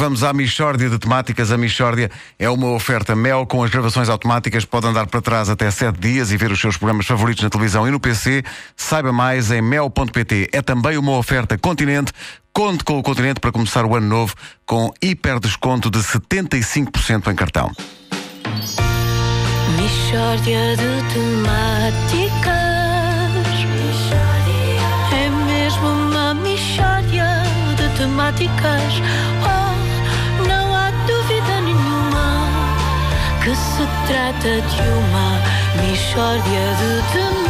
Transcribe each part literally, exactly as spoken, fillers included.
vamos à Mixórdia de Temáticas. A Mixórdia é uma oferta Mel com as gravações automáticas. Pode andar para trás até sete dias e ver os seus programas favoritos na televisão e no P C. Saiba mais em mel ponto pt. É também uma oferta Continente. Conte com o Continente para começar o ano novo com hiper desconto de setenta e cinco por cento em cartão. Mixórdia de temáticas. É mesmo uma mixórdia de temáticas. Oh, não há dúvida nenhuma que se trata de uma mixórdia de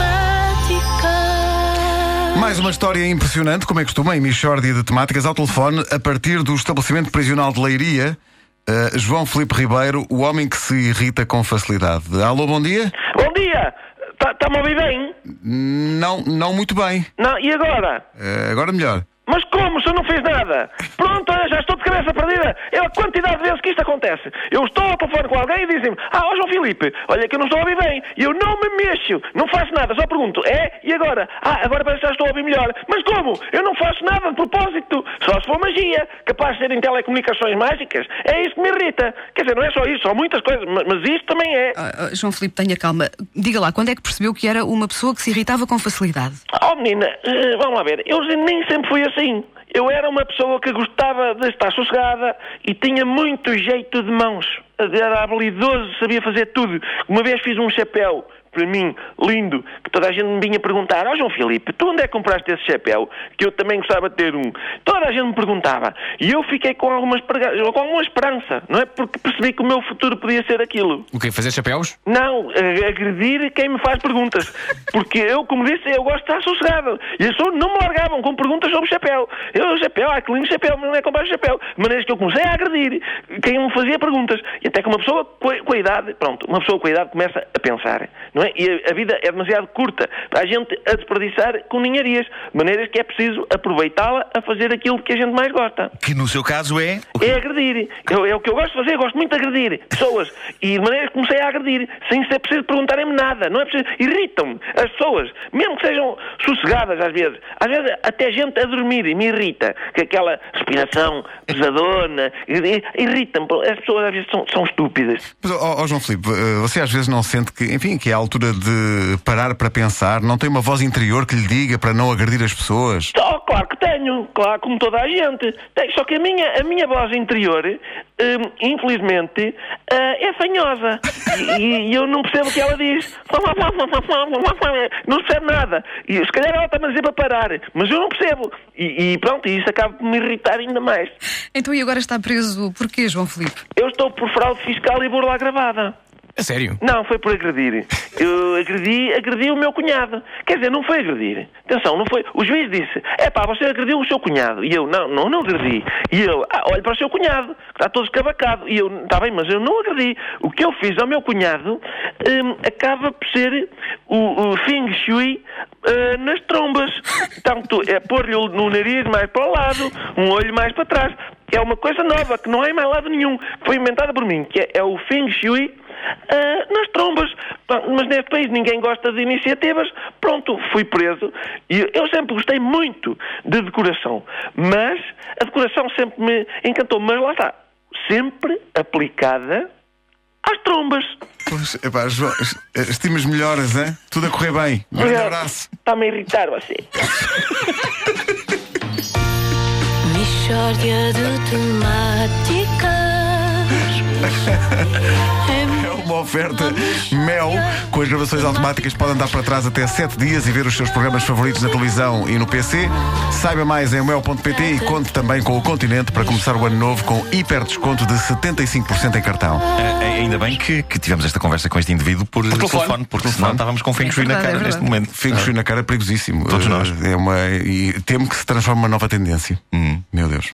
temáticas. Mais uma história impressionante, como é costume, em Mixórdia de Temáticas, ao telefone, a partir do estabelecimento prisional de Leiria. Uh, João Filipe Ribeiro, o homem que se irrita com facilidade. Alô, bom dia. Bom dia! Está-me a ouvir bem? Não, não muito bem. Não, e agora? Uh, agora melhor. Mas como? Se eu não fiz nada? Pronto, já estou de cabeça perdida. É a quantidade de vezes que isto acontece. Eu estou ao telefone com alguém e dizem-me: Ah, ó João Filipe, olha que eu não estou a ouvir bem. E eu não me mexo, não faço nada, só pergunto: É? E agora? Ah, agora parece que já estou a ouvir melhor. Mas como? Eu não faço nada de propósito. Só se for magia, capaz de serem telecomunicações mágicas. É isso que me irrita. Quer dizer, não é só isso, são muitas coisas, mas, mas isto também é. Ah, João Filipe, tenha calma. Diga lá, quando é que percebeu que era uma pessoa que se irritava com facilidade? Oh menina, uh, vamos lá ver, eu nem sempre fui assim. Eu era uma pessoa que gostava de estar sossegada e tinha muito jeito de mãos. Era habilidoso, sabia fazer tudo. Uma vez fiz um chapéu para mim, lindo, que toda a gente me vinha perguntar: Ó oh, João Filipe, tu onde é que compraste esse chapéu? Que eu também gostava de ter um. Toda a gente me perguntava. E eu fiquei com alguma, esper... com alguma esperança, não é? Porque percebi que o meu futuro podia ser aquilo. O quê? Fazer chapéus? Não, agredir quem me faz perguntas. Porque eu, como disse, eu gosto de estar sossegado. E as pessoas não me largavam com perguntas sobre o chapéu. Eu, chapéu, ah, que lindo chapéu, mas não é comprar chapéu. De maneira que eu comecei a agredir quem me fazia perguntas. E até que uma pessoa com a, com a idade, pronto, uma pessoa com a idade começa a pensar, não é? E a, a vida é demasiado curta para a gente a desperdiçar com ninharias. De maneiras que é preciso aproveitá-la a fazer aquilo que a gente mais gosta. Que no seu caso é? É agredir. Eu, é o que eu gosto de fazer, eu gosto muito de agredir pessoas. E de maneira que comecei a agredir, sem ser preciso perguntarem-me nada. Não é preciso. Irritam-me as pessoas, mesmo que sejam sossegadas às vezes. Às vezes até gente a dormir me irrita. Que aquela respiração pesadona irrita-me. As pessoas às vezes são, são estúpidas. Mas, ó, ó, João Filipe, você às vezes não sente que, enfim, que é a altura de parar para pensar? Não tem uma voz interior que lhe diga para não agredir as pessoas? Oh, claro que tenho, claro, como toda a gente. Tem, só que a minha, a minha voz interior, hum, infelizmente, uh, é fanhosa. E, e eu não percebo o que ela diz. Não percebo nada. E se calhar ela está-me a dizer para parar, mas eu não percebo. E, e pronto, isso acaba por me irritar ainda mais. Então e agora está preso porquê, João Filipe? Eu estou por fraude fiscal e burla agravada. A sério? Não, foi por agredir. Eu agredi, agredi o meu cunhado. Quer dizer, não foi agredir. Atenção, não foi. O juiz disse: é pá, você agrediu o seu cunhado. E eu: não, não, não agredi. E ele: ah, olha para o seu cunhado, que está todo escabacado. E eu: está bem, mas eu não agredi. O que eu fiz ao meu cunhado hum, acaba por ser o, o Feng Shui uh, nas trombas. Portanto, é pôr-lhe no nariz mais para o lado, um olho mais para trás. É uma coisa nova, que não é em mais lado nenhum. Foi inventada por mim, que é, é o Feng Shui Uh, nas trombas. Mas neste país ninguém gosta de iniciativas. Pronto, fui preso. E eu sempre gostei muito de decoração, mas a decoração sempre me encantou. Mas lá está, sempre aplicada às trombas. Pois, epá, João, estimas melhoras, hein? Tudo a correr bem. Um grande abraço. Está-me a irritar você. Mixórdia de temáticas. É uma oferta Mel com as gravações automáticas. Pode andar para trás até sete dias e ver os seus programas favoritos na televisão e no P C. Saiba mais em mel ponto pt e conte também com o Continente para começar o ano novo com hiper desconto de setenta e cinco por cento em cartão. É, ainda bem que, que tivemos esta conversa com este indivíduo por, por telefone, telefone, porque senão estávamos com Feng Shui é na cara é neste momento. Feng Shui na cara é perigosíssimo. Todos nós. É uma, e temo que se transforme numa nova tendência. Hum. Meu Deus.